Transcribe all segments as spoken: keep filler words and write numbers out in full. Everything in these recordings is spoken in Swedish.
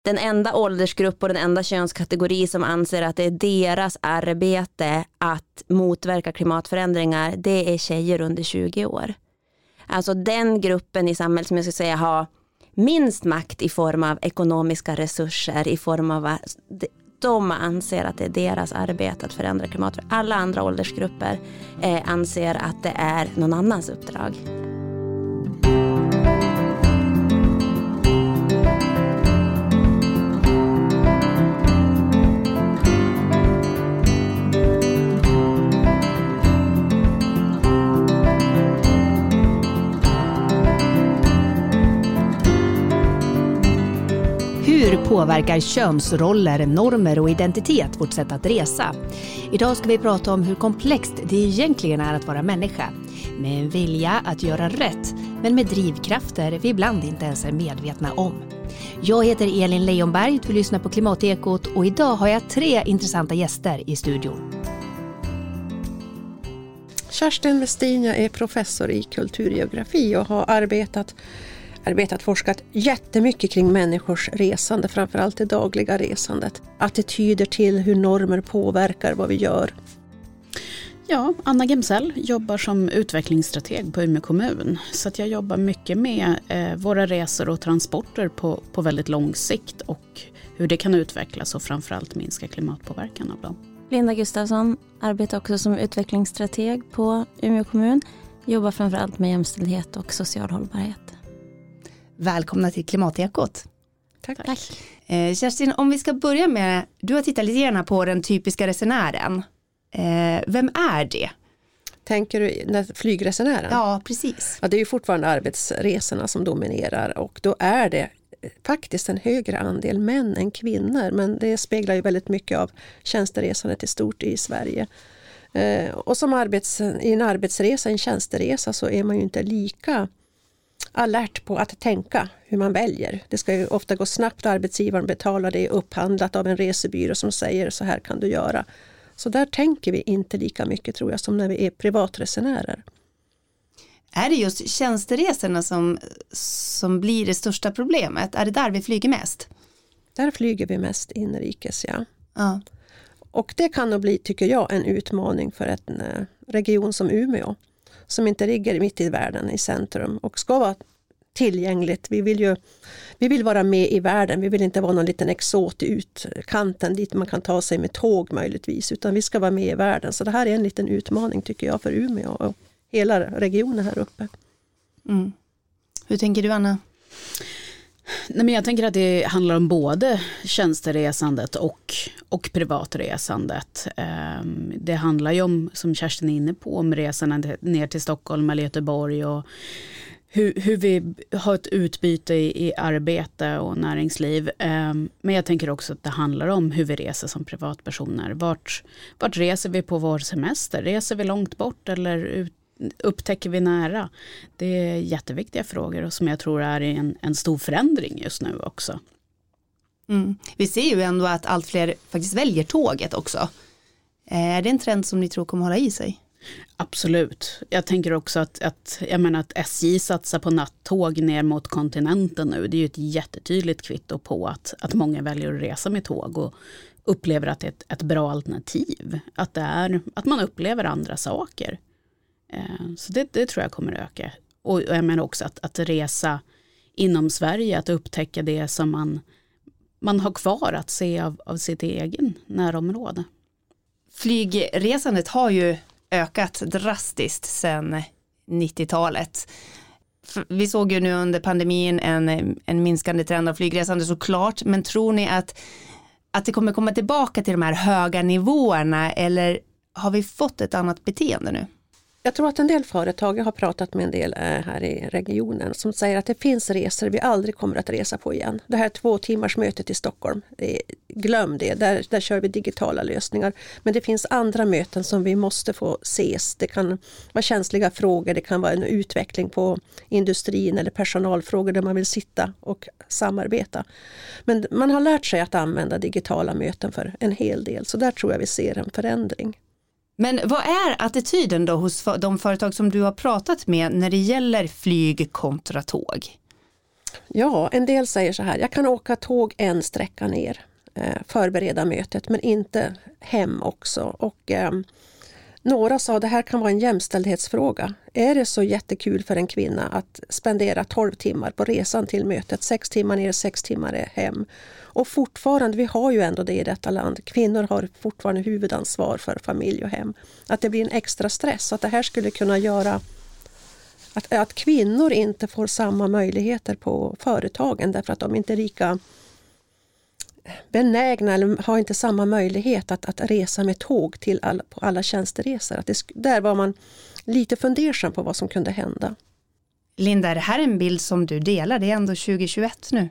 den enda åldersgrupp och den enda könskategori som anser att det är deras arbete att motverka klimatförändringar, det är tjejer under tjugo år. Alltså den gruppen i samhället som jag ska säga har minst makt i form av ekonomiska resurser, i form av att de anser att det är deras arbete att förändra klimatet. Alla andra åldersgrupper eh, anser att det är någon annans uppdrag. Hur påverkar könsroller, normer och identitet vårt sätt att resa? Idag ska vi prata om hur komplext det egentligen är att vara människa. Med en vilja att göra rätt, men med drivkrafter vi ibland inte ens är medvetna om. Jag heter Elin Leonberg, du lyssnar på Klimatekot och idag har jag tre intressanta gäster i studion. Kerstin Westin är professor i kulturgeografi och har arbetat arbetat forskat jättemycket kring människors resande, framförallt det dagliga resandet. Attityder till hur normer påverkar vad vi gör. Ja, Anna Gemsell jobbar som utvecklingsstrateg på Umeå kommun. Så att jag jobbar mycket med eh, våra resor och transporter på, på väldigt lång sikt och hur det kan utvecklas och framförallt minska klimatpåverkan av dem. Linda Gustafsson arbetar också som utvecklingsstrateg på Umeå kommun. Jobbar framförallt med jämställdhet och social hållbarhet. Välkomna till Klimatekot. Tack. Tack. Eh, Kerstin, om vi ska börja med, du har tittat lite grann på den typiska resenären. Eh, vem är det? Tänker du när flygresenären? Ja, precis. Ja, det är ju fortfarande arbetsresorna som dominerar och då är det faktiskt en högre andel män än kvinnor. Men det speglar ju väldigt mycket av tjänsteresandet i stort i Sverige. Eh, och som arbets, i en arbetsresa, en tjänsteresa så är man ju inte lika alert på att tänka hur man väljer. Det ska ju ofta gå snabbt, arbetsgivaren betalar det upphandlat av en resebyrå som säger så här kan du göra. Så där tänker vi inte lika mycket tror jag som när vi är privatresenärer. Är det just tjänsteresorna som, som blir det största problemet? Är det där vi flyger mest? Där flyger vi mest inrikes, ja. Ja. Och det kan nog bli, tycker jag, en utmaning för en region som Umeå. Som inte ligger mitt i världen i centrum och ska vara tillgängligt. Vi vill ju vi vill vara med i världen. Vi vill inte vara någon liten exot i utkanten dit man kan ta sig med tåg möjligtvis. Utan vi ska vara med i världen. Så det här är en liten utmaning tycker jag för Umeå och hela regionen här uppe. Mm. Hur tänker du, Anna? Nej, men jag tänker att det handlar om både tjänsteresandet och, och privatresandet. Det handlar ju om, som Kerstin är inne på, om resorna ner till Stockholm eller Göteborg och hur, hur vi har ett utbyte i, i arbete och näringsliv. Men jag tänker också att det handlar om hur vi reser som privatpersoner. Vart, vart reser vi på vår semester? Reser vi långt bort eller ut? Upptäcker vi nära? Det är jätteviktiga frågor och som jag tror är en, en stor förändring just nu också. Mm. Vi ser ju ändå att allt fler faktiskt väljer tåget också. Är det en trend som ni tror kommer hålla i sig? Absolut. Jag tänker också att, att, jag menar att S J satsar på nattåg ner mot kontinenten nu. Det är ju ett jättetydligt kvitto på att, att många väljer att resa med tåg och upplever att det är ett, ett bra alternativ. Att, det är, att man upplever andra saker. Så det, det tror jag kommer öka. Och jag menar också att, att resa inom Sverige, att upptäcka det som man, man har kvar att se av, av sitt egen närområde. Flygresandet har ju ökat drastiskt sedan nittiotalet. Vi såg ju nu under pandemin en, en minskande trend av flygresande såklart, men tror ni att, att det kommer komma tillbaka till de här höga nivåerna eller har vi fått ett annat beteende nu? Jag tror att en del företag, jag har pratat med en del här i regionen som säger att det finns resor vi aldrig kommer att resa på igen. Det här två timmars mötet i Stockholm, glöm det, där, där kör vi digitala lösningar. Men det finns andra möten som vi måste få ses. Det kan vara känsliga frågor, det kan vara en utveckling på industrin eller personalfrågor där man vill sitta och samarbeta. Men man har lärt sig att använda digitala möten för en hel del, så där tror jag vi ser en förändring. Men vad är attityden då hos de företag som du har pratat med när det gäller flyg kontra tåg? Ja, en del säger så här, jag kan åka tåg en sträcka ner, eh, förbereda mötet, men inte hem också. Och eh, några sa att det här kan vara en jämställdhetsfråga. Är det så jättekul för en kvinna att spendera tolv timmar på resan till mötet, sex timmar ner, sex timmar hem? Och fortfarande, vi har ju ändå det i detta land, kvinnor har fortfarande huvudansvar för familj och hem. Att det blir en extra stress, att det här skulle kunna göra att, att kvinnor inte får samma möjligheter på företagen därför att de inte är lika benägna eller har inte samma möjlighet att, att resa med tåg till alla, på alla tjänsteresor. Att det, där var man lite fundersam på vad som kunde hända. Linda, är det här en bild som du delar? Det är ändå tjugohundratjugoett nu.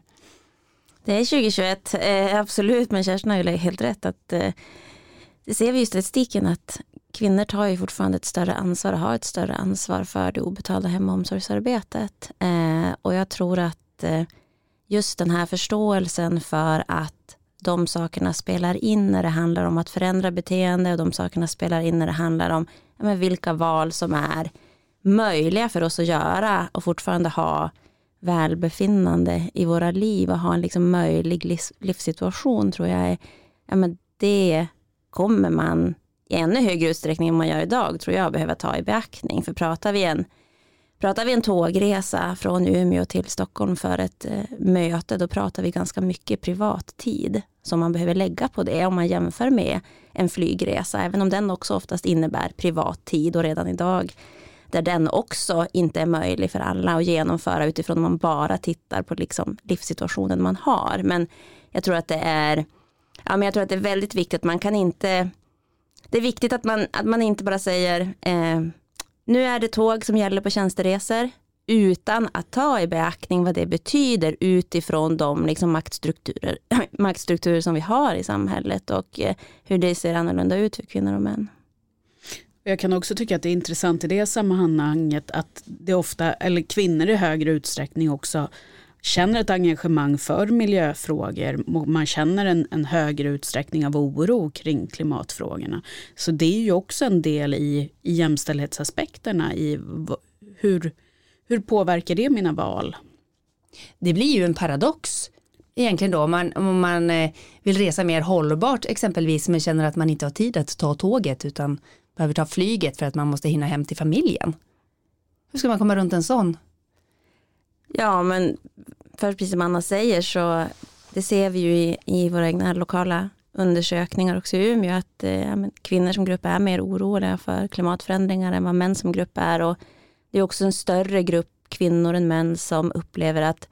Det är tjugohundratjugoett, eh, absolut, men Kerstin har ju helt rätt att eh, det ser vi ju i statistiken att kvinnor tar ju fortfarande ett större ansvar och har ett större ansvar för det obetalda hem- och omsorgsarbetet. Eh, och jag tror att eh, just den här förståelsen för att de sakerna spelar in när det handlar om att förändra beteende och de sakerna spelar in när det handlar om ja, men vilka val som är möjliga för oss att göra och fortfarande ha välbefinnande i våra liv och ha en liksom möjlig livs, livssituation tror jag är, ja, men det kommer man i ännu högre utsträckning än man gör idag tror jag behöver ta i beaktning. För pratar vi en, pratar vi en tågresa från Umeå till Stockholm för ett eh, möte, då pratar vi ganska mycket privat tid som man behöver lägga på det om man jämför med en flygresa, även om den också oftast innebär privat tid och redan idag där den också inte är möjlig för alla att genomföra utifrån om man bara tittar på liksom livssituationen man har. Men jag tror att det är, ja, men jag tror att det är väldigt viktigt att man kan inte, det är viktigt att man, att man inte bara säger eh, nu är det tåg som gäller på tjänsteresor utan att ta i beaktning vad det betyder utifrån de liksom maktstrukturer, maktstrukturer som vi har i samhället och eh, hur det ser annorlunda ut för kvinnor och män. Jag kan också tycka att det är intressant i det sammanhanget att det ofta, eller kvinnor i högre utsträckning också känner ett engagemang för miljöfrågor. Man känner en, en högre utsträckning av oro kring klimatfrågorna. Så det är ju också en del i, i jämställdhetsaspekterna i v- hur, hur påverkar det mina val? Det blir ju en paradox egentligen då om man, om man vill resa mer hållbart exempelvis men känner att man inte har tid att ta tåget utan behöver ta flyget för att man måste hinna hem till familjen. Hur ska man komma runt en sån? Ja, men för precis som Anna säger så det ser vi ju i, i våra egna lokala undersökningar också i Umeå att eh, kvinnor som grupp är mer oroliga för klimatförändringar än vad män som grupp är och det är också en större grupp kvinnor än män som upplever att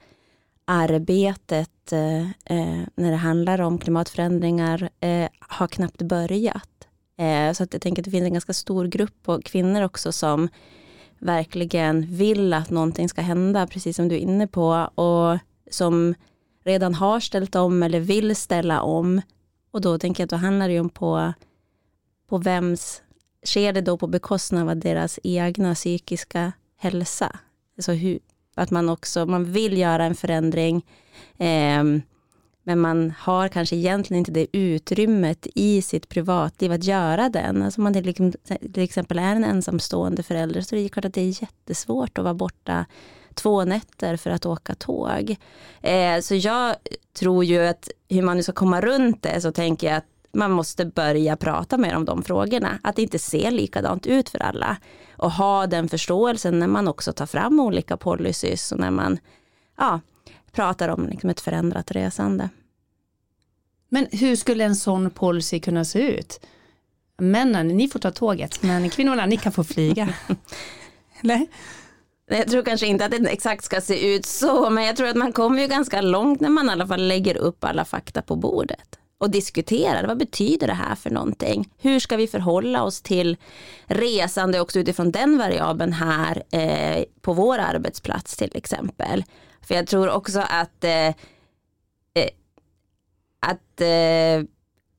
arbetet eh, när det handlar om klimatförändringar eh, har knappt börjat. Eh, så att jag tänker att det finns en ganska stor grupp på kvinnor också som verkligen vill att någonting ska hända, precis som du är inne på, och som redan har ställt om eller vill ställa om. Och då tänker jag att då handlar det ju om på, på vems, sker det då på bekostnad av deras egna psykiska hälsa? Alltså hur, att man också, man vill göra en förändring eh, men man har kanske egentligen inte det utrymmet i sitt privatliv att göra den. Alltså om man till, till exempel är en ensamstående förälder så är det klart att det är jättesvårt att vara borta två nätter för att åka tåg. Eh, så jag tror ju att hur man nu ska komma runt det så tänker jag att man måste börja prata mer om de frågorna. Att det inte ser likadant ut för alla. Och ha den förståelsen när man också tar fram olika policies och när man ja, pratar om liksom ett förändrat resande. Men hur skulle en sån policy kunna se ut? Männen, ni får ta tåget, men kvinnorna, ni kan få flyga. Eller? Jag tror kanske inte att det exakt ska se ut så, men jag tror att man kommer ju ganska långt när man i alla fall lägger upp alla fakta på bordet och diskuterar. Vad betyder det här för någonting? Hur ska vi förhålla oss till resande också utifrån den variabeln här eh, på vår arbetsplats till exempel? För jag tror också att, eh, att eh,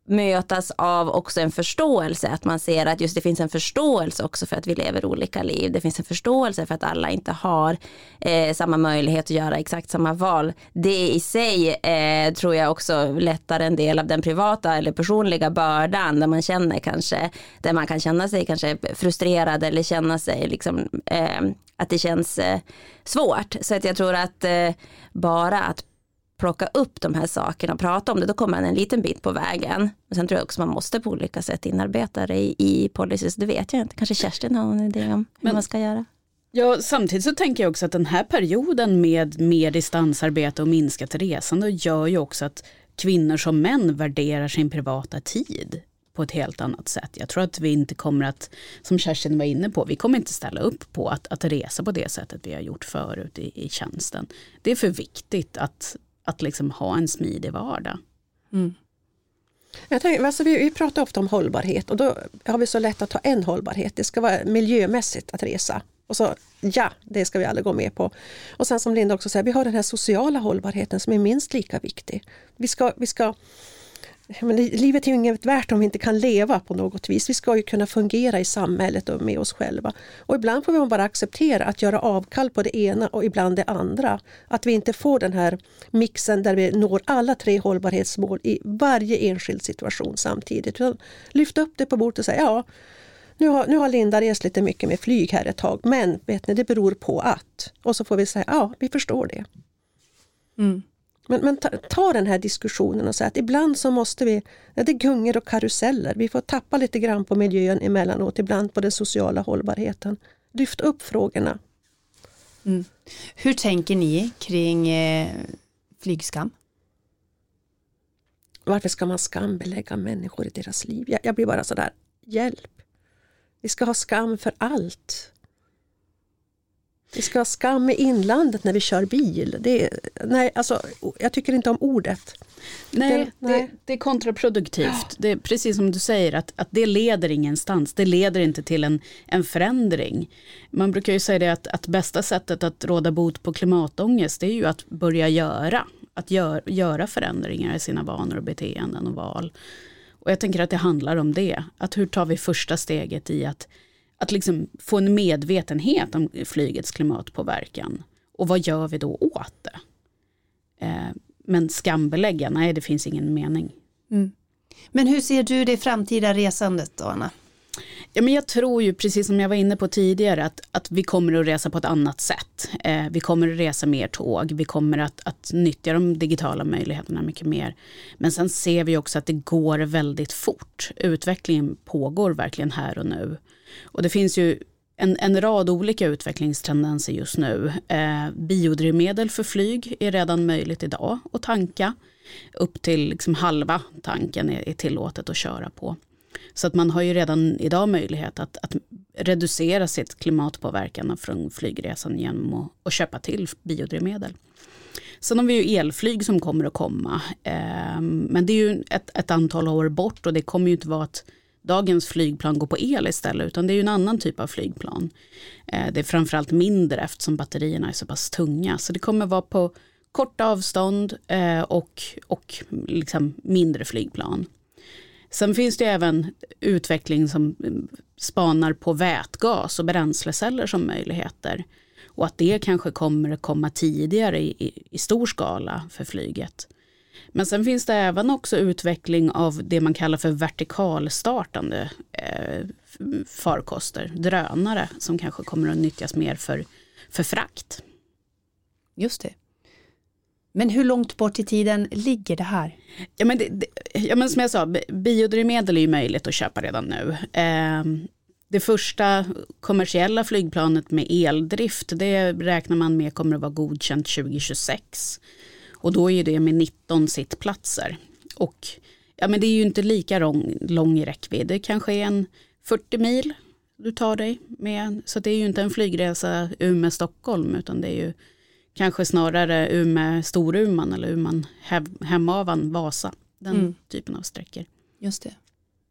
mötas av också en förståelse, att man ser att just det finns en förståelse också för att vi lever olika liv. Det finns en förståelse för att alla inte har eh, samma möjlighet att göra exakt samma val. Det i sig eh, tror jag också lättar en del av den privata eller personliga bördan, där man känner kanske, där man kan känna sig kanske frustrerad eller känna sig liksom, eh, att det känns eh, svårt. Så att jag tror att eh, bara att plocka upp de här sakerna och prata om det, då kommer man en liten bit på vägen. Men sen tror jag också man måste på olika sätt inarbeta det i, i policies. Det vet jag inte. Kanske Kerstin har en idé om hur Men, man ska göra. Ja, samtidigt så tänker jag också att den här perioden med mer distansarbete och minskat resande gör ju också att kvinnor som män värderar sin privata tid på ett helt annat sätt. Jag tror att vi inte kommer att, som Kerstin var inne på, vi kommer inte ställa upp på att, att resa på det sättet vi har gjort förut i, i tjänsten. Det är för viktigt att att liksom ha en smidig vardag. Mm. Jag tänker, alltså vi, vi pratar ofta om hållbarhet och då har vi så lätt att ta en hållbarhet. Det ska vara miljömässigt att resa. Och så, ja, det ska vi alla gå med på. Och sen som Linda också säger, vi har den här sociala hållbarheten som är minst lika viktig. Vi ska, vi ska men livet är ju inget värt om vi inte kan leva på något vis. Vi ska ju kunna fungera i samhället och med oss själva. Och ibland får vi bara acceptera att göra avkall på det ena och ibland det andra. Att vi inte får den här mixen där vi når alla tre hållbarhetsmål i varje enskild situation samtidigt. Lyfta upp det på bordet och säga, ja, nu har, nu har Linda rest lite mycket med flyg här ett tag, men vet ni, det beror på att. Och så får vi säga, ja, vi förstår det. Mm. Men, men ta, ta den här diskussionen och säga att ibland så måste vi, ja, det är gungor och karuseller. Vi får tappa lite grann på miljön emellanåt, ibland på den sociala hållbarheten. Lyft upp frågorna. Mm. Hur tänker ni kring eh, flygskam? Varför ska man skambelägga människor i deras liv? Jag, jag blir bara så där, hjälp. Vi ska ha skam för allt. Vi ska ha skam i inlandet när vi kör bil. Det är, nej, alltså, jag tycker inte om ordet. Nej, det, nej. Det, det är kontraproduktivt. Ja. Det är precis som du säger, att, att det leder ingenstans. Det leder inte till en, en förändring. Man brukar ju säga det att, att bästa sättet att råda bot på klimatångest, det är ju att börja göra. Att gör, göra förändringar i sina vanor och beteenden och val. Och jag tänker att det handlar om det. Att hur tar vi första steget i att Att liksom få en medvetenhet om flygets klimatpåverkan. Och vad gör vi då åt det? Eh, men skambelägga, nej, det finns ingen mening. Mm. Men hur ser du det framtida resandet då, Anna? Ja, men jag tror ju, precis som jag var inne på tidigare, att, att vi kommer att resa på ett annat sätt. Eh, vi kommer att resa mer tåg. Vi kommer att, att nyttja de digitala möjligheterna mycket mer. Men sen ser vi också att det går väldigt fort. Utvecklingen pågår verkligen här och nu. Och det finns ju en, en rad olika utvecklingstendenser just nu. Eh, biodrivmedel för flyg är redan möjligt idag att tanka. Upp till liksom halva tanken är, är tillåtet att köra på. Så att man har ju redan idag möjlighet att, att reducera sitt klimatpåverkan från flygresan genom att, att köpa till biodrivmedel. Sen har vi ju elflyg som kommer att komma. Eh, men det är ju ett, ett antal år bort och det kommer ju inte vara att dagens flygplan går på el istället, utan det är ju en annan typ av flygplan. Eh, det är framförallt mindre eftersom batterierna är så pass tunga. Så det kommer vara på korta avstånd eh, och, och liksom mindre flygplan. Sen finns det även utveckling som spanar på vätgas och bränsleceller som möjligheter. Och att det kanske kommer att komma tidigare i, i, i stor skala för flyget. Men sen finns det även också utveckling av det man kallar för vertikalstartande eh, farkoster, drönare, som kanske kommer att nyttjas mer för, för frakt. Just det. Men hur långt bort i tiden ligger det här? Ja, men, det, det, ja, men som jag sa, biodrivmedel är ju möjligt att köpa redan nu. Eh, det första kommersiella flygplanet med eldrift, det räknar man med kommer att vara godkänt tjugo tjugosex. Och då är det med nitton sittplatser. Och ja, men det är ju inte lika lång, lång i räckvidd. Det kanske är en fyrtio mil du tar dig med. Så det är ju inte en flygresa Umeå-Stockholm, utan det är ju kanske snarare Umeå-Storuman eller Umeå-Hemavan-Vasa. Den mm. typen av sträckor. Just det.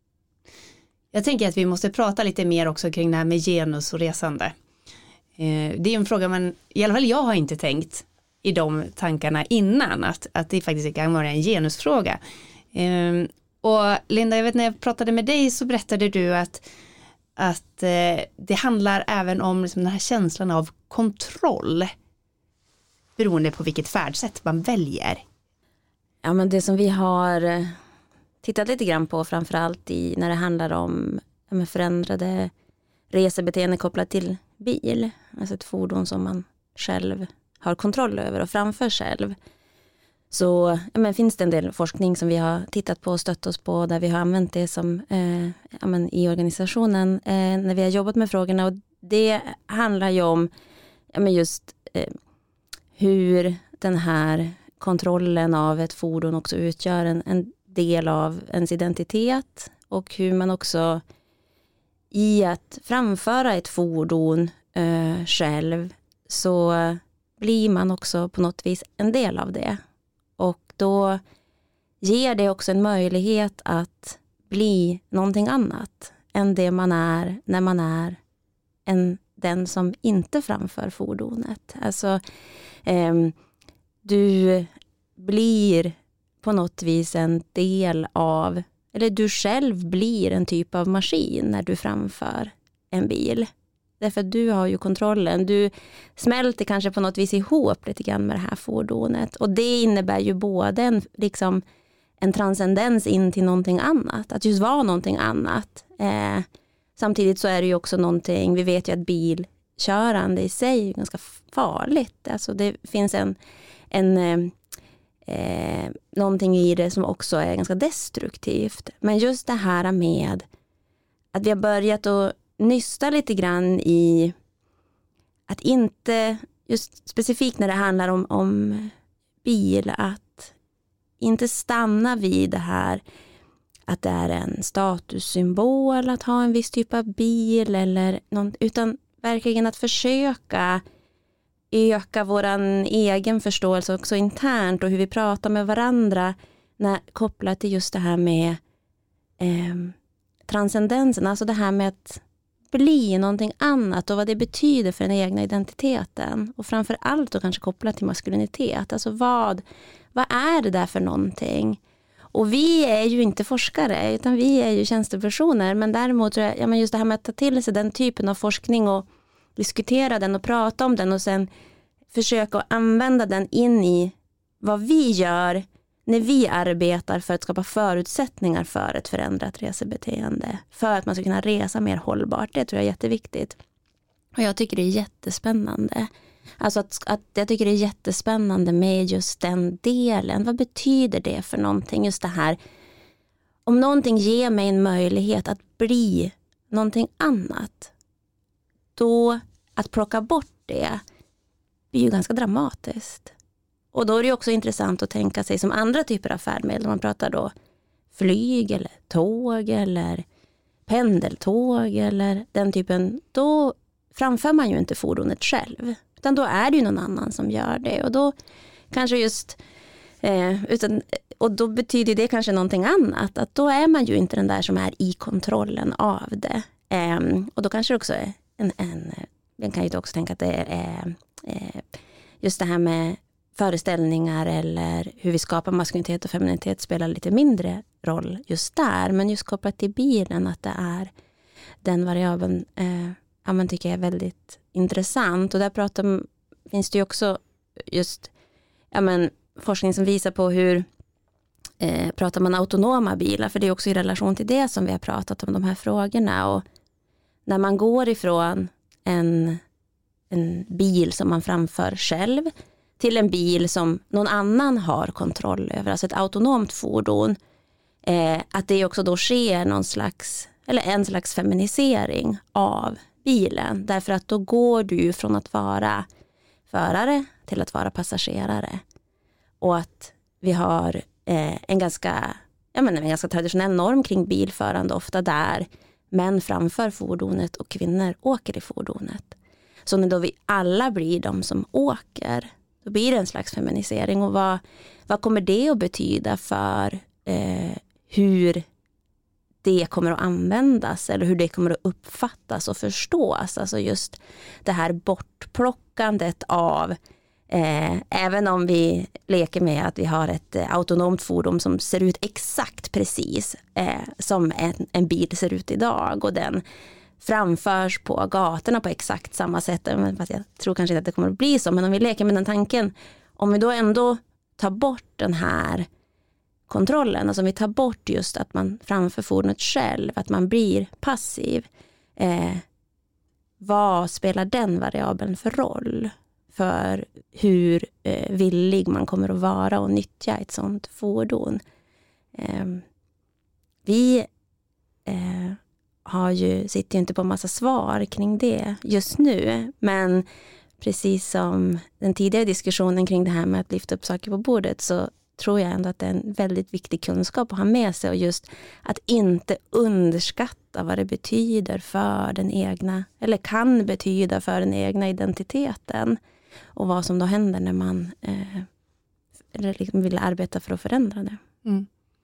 Jag tänker att vi måste prata lite mer också kring det här med genus och resande. Eh, det är en fråga man, i alla fall jag har inte tänkt i de tankarna innan, att, att det faktiskt kan vara en genusfråga. Eh, Och Linda, jag vet när jag pratade med dig så berättade du att, att eh, det handlar även om liksom den här känslan av kontroll beroende på vilket färdsätt man väljer. Ja, men det som vi har tittat lite grann på framförallt i, när det handlar om ja, förändrade resebeteende kopplat till bil. Alltså ett fordon som man själv har kontroll över och framför själv. Så ja, men finns det en del forskning som vi har tittat på och stött oss på där vi har använt det som eh, ja, men i organisationen eh, när vi har jobbat med frågorna. Och det handlar ju om ja, men just eh, hur den här kontrollen av ett fordon också utgör en, en del av ens identitet och hur man också i att framföra ett fordon eh, själv så blir man också på något vis en del av det. Och då ger det också en möjlighet att bli någonting annat än det man är när man är en, den som inte framför fordonet. Alltså eh, du blir på något vis en del av, eller du själv blir en typ av maskin när du framför en bil. Därför att du har ju kontrollen. Du smälter kanske på något vis ihop lite grann med det här fordonet. Och det innebär ju både en, liksom, en transcendens in till någonting annat. Att just vara någonting annat. Eh, samtidigt så är det ju också någonting, vi vet ju att bilkörande i sig är ganska farligt. Alltså det finns en, en eh, någonting i det som också är ganska destruktivt. Men just det här med att vi har börjat att nysta lite grann i att inte, just specifikt när det handlar om, om bil, att inte stanna vid det här att det är en statussymbol att ha en viss typ av bil eller något, utan verkligen att försöka öka våran egen förståelse också internt och hur vi pratar med varandra när, kopplat till just det här med eh, transcendensen, alltså det här med att bli någonting annat och vad det betyder för den egna identiteten. Och framför allt då kanske kopplat till maskulinitet. Alltså vad, vad är det där för någonting? Och vi är ju inte forskare utan vi är ju tjänstepersoner. Men däremot tror jag, ja, men just det här med att ta till sig den typen av forskning och diskutera den och prata om den och sen försöka använda den in i vad vi gör när vi arbetar för att skapa förutsättningar för ett förändrat resebeteende. För att man ska kunna resa mer hållbart. Det tror jag är jätteviktigt. Och jag tycker det är jättespännande. Alltså att, att jag tycker det är jättespännande med just den delen. Vad betyder det för någonting? Just det här. Om någonting ger mig en möjlighet att bli någonting annat. Då att plocka bort det blir ju ganska dramatiskt. Och då är det också intressant att tänka sig som andra typer av färdmedel. Man pratar då flyg eller tåg eller pendeltåg eller den typen. Då framför man ju inte fordonet själv. Utan då är det ju någon annan som gör det. Och då kanske just eh, utan, och då betyder det kanske någonting annat. Att då är man ju inte den där som är i kontrollen av det. Eh, och då kanske det också är en, en man kan ju också tänka att det är eh, just det här med föreställningar eller hur vi skapar maskulinitet och femininitet spelar lite mindre roll just där. Men just kopplat till bilen att det är den variabeln eh, ja, man tycker är väldigt intressant. Och där pratar, finns det ju också just ja, men, forskning som visar på hur eh, pratar man autonoma bilar. För det är också i relation till det som vi har pratat om de här frågorna. Och när man går ifrån en, en bil som man framför själv till en bil som någon annan har kontroll över, alltså ett autonomt fordon, eh, att det också då sker någon slags, eller en slags feminisering av bilen. Därför att då går du från att vara förare till att vara passagerare. Och att vi har eh, en, ganska, jag menar, en ganska traditionell norm kring bilförande ofta där män framför fordonet och kvinnor åker i fordonet. Så när då vi alla blir de som åker, då blir det en slags feminisering. Och vad, vad kommer det att betyda för eh, hur det kommer att användas eller hur det kommer att uppfattas och förstås? Alltså just det här bortplockandet av Eh, även om vi leker med att vi har ett eh, autonomt fordon som ser ut exakt precis eh, som en, en bil ser ut idag, och den framförs på gatorna på exakt samma sätt. Fast jag tror kanske inte att det kommer att bli så, men om vi leker med den tanken, om vi då ändå tar bort den här kontrollen, alltså om vi tar bort just att man framför fordonet själv, att man blir passiv, eh, vad spelar den variabeln för roll för hur eh, villig man kommer att vara och nyttja ett sånt fordon? Eh, vi eh, har ju, sitter ju inte på massa svar kring det just nu, men precis som den tidigare diskussionen kring det här med att lyfta upp saker på bordet, så tror jag ändå att det är en väldigt viktig kunskap att ha med sig, och just att inte underskatta vad det betyder för den egna, eller kan betyda för den egna identiteten, och vad som då händer när man eh, eller liksom vill arbeta för att förändra det. Mm.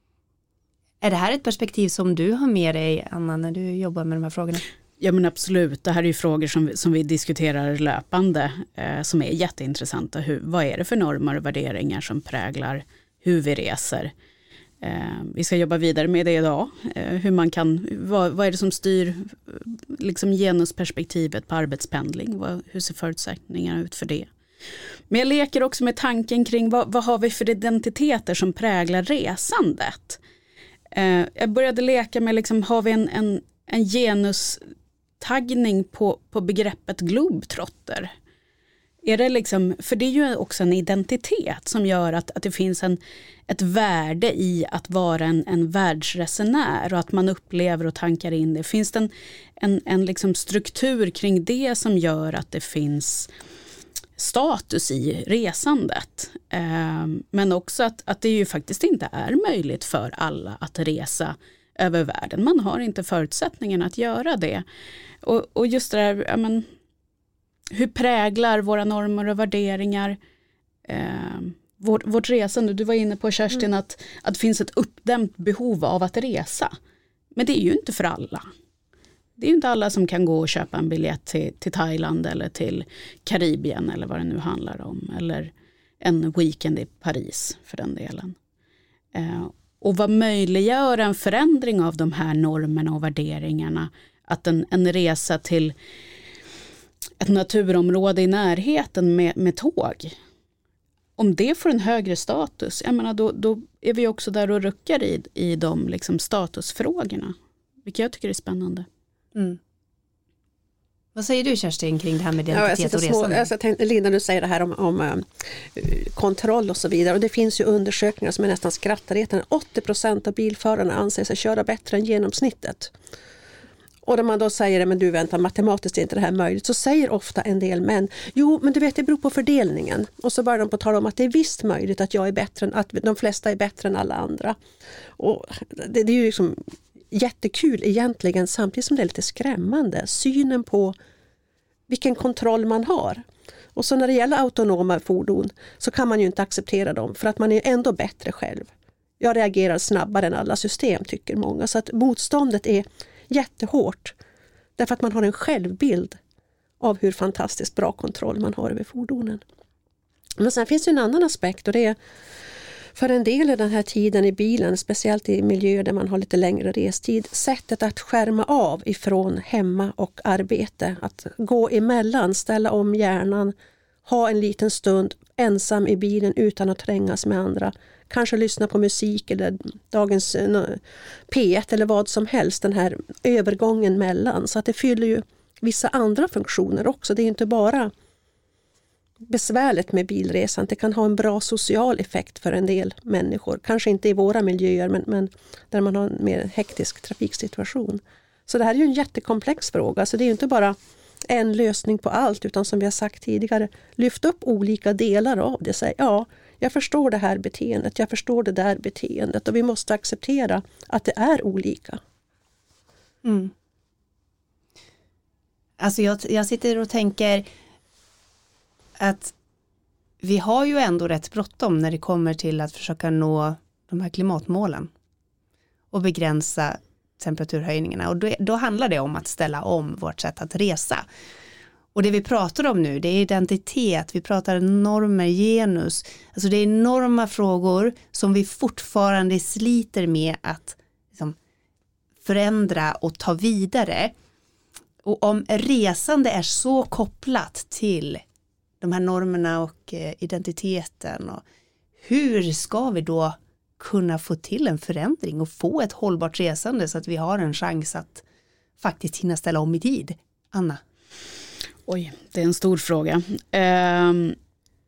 Är det här ett perspektiv som du har med dig, Anna, när du jobbar med de här frågorna? Ja, men absolut. Det här är ju frågor som vi, som vi diskuterar löpande, eh, som är jätteintressanta. Hur, vad är det för normer och värderingar som präglar hur vi reser? Eh, vi ska jobba vidare med det idag. Eh, hur man kan, vad, vad är det som styr liksom genusperspektivet på arbetspendling? Vad, hur ser förutsättningarna ut för det? Men jag leker också med tanken kring vad, vad har vi för identiteter som präglar resandet? Eh, jag började leka med, liksom, har vi en, en, en genustaggning på, på begreppet globetrotter? Är det liksom, för det är ju också en identitet som gör att, att det finns en, ett värde i att vara en, en världsresenär, och att man upplever och tankar in det. Finns det en, en, en liksom struktur kring det som gör att det finns status i resandet? Eh, men också att, att det ju faktiskt inte är möjligt för alla att resa över världen. Man har inte förutsättningen att göra det. Och, och just det där, ja, men, hur präglar våra normer och värderingar eh, vårt, vårt resande? Du var inne på, Kerstin, mm. att, att det finns ett uppdämt behov av att resa. Men det är ju inte för alla. Det är ju inte alla som kan gå och köpa en biljett till, till Thailand eller till Karibien eller vad det nu handlar om. Eller en weekend i Paris för den delen. Eh, och vad möjliggör en förändring av de här normerna och värderingarna? Att en, en resa till ett naturområde i närheten med, med tåg, om det får en högre status, jag menar, då, då är vi också där och ruckar i, i de liksom statusfrågorna, vilket jag tycker är spännande. Mm. Vad säger du, Kerstin, kring det här med identitet ja, och resande? Jag tänkte, Linda, du säger det här om, om uh, kontroll och så vidare, och det finns ju undersökningar som är nästan skrattretande. åttio procent av bilförarna anser sig köra bättre än genomsnittet. Och när man då säger, men du vänta, matematiskt är inte det här möjligt, så säger ofta en del män, jo men du vet, det beror på fördelningen. Och så börjar de på tala om att det är visst möjligt att jag är bättre än, att de flesta är bättre än alla andra. Och det, det är ju liksom jättekul egentligen, samtidigt som det är lite skrämmande, synen på vilken kontroll man har. Och så när det gäller autonoma fordon så kan man ju inte acceptera dem, för att man är ändå bättre själv. Jag reagerar snabbare än alla system, tycker många. Så att motståndet är jättehårt, därför att man har en självbild av hur fantastiskt bra kontroll man har över fordonen. Men sen finns det en annan aspekt, och det är för en del i den här tiden i bilen, speciellt i miljöer där man har lite längre restid, sättet att skärma av ifrån hemma och arbete, att gå emellan, ställa om hjärnan, ha en liten stund ensam i bilen utan att trängas med andra, kanske lyssna på musik eller dagens P ett eller vad som helst, den här övergången mellan, så att det fyller ju vissa andra funktioner också. Det är inte bara besvärligt med bilresan, det kan ha en bra social effekt för en del människor, kanske inte i våra miljöer, men, men där man har en mer hektisk trafiksituation. Så det här är ju en jättekomplex fråga, så det är ju inte bara en lösning på allt, utan som vi har sagt tidigare, lyft upp olika delar av det. Säg, ja, jag förstår det här beteendet, jag förstår det där beteendet, och vi måste acceptera att det är olika. Mm. Alltså jag, jag sitter och tänker att vi har ju ändå rätt bråttom när det kommer till att försöka nå de här klimatmålen och begränsa temperaturhöjningarna, och då, då handlar det om att ställa om vårt sätt att resa. Och det vi pratar om nu, det är identitet, vi pratar normer, genus. Alltså det är enorma frågor som vi fortfarande sliter med att liksom, förändra och ta vidare. Och om resande är så kopplat till de här normerna och eh, identiteten, och hur ska vi då kunna få till en förändring och få ett hållbart resande så att vi har en chans att faktiskt hinna ställa om i tid? Anna? Oj, det är en stor fråga. Um,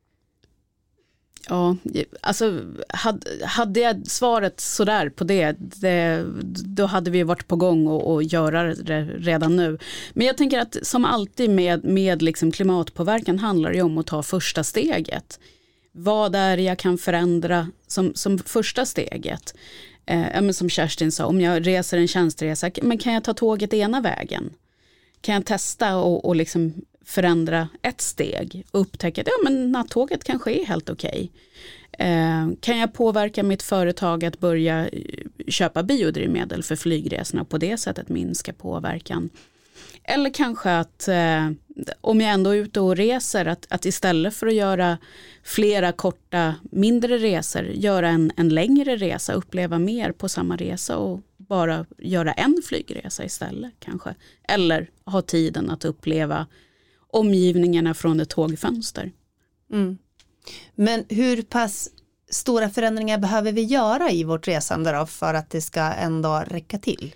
ja, alltså hade, hade jag svaret sådär på det, det, då hade vi varit på gång och, och göra det redan nu. Men jag tänker att som alltid med, med liksom klimatpåverkan handlar det om att ta första steget. Vad är det jag kan förändra som, som första steget? Eh, men som Kerstin sa, om jag reser en tjänsteresa, men kan jag ta tåget ena vägen? Kan jag testa och, och liksom förändra ett steg och upptäcka att ja, men nattåget kanske är helt okej. Eh, kan jag påverka mitt företag att börja köpa biodrivmedel för flygresorna och på det sättet minska påverkan? Eller kanske att eh, om jag ändå är ute och reser, att, att istället för att göra flera korta, mindre resor, göra en, en längre resa, uppleva mer på samma resa och bara göra en flygresa istället kanske. Eller ha tiden att uppleva omgivningarna från ett tågfönster. Mm. Men hur pass stora förändringar behöver vi göra i vårt resande då för att det ska ändå räcka till?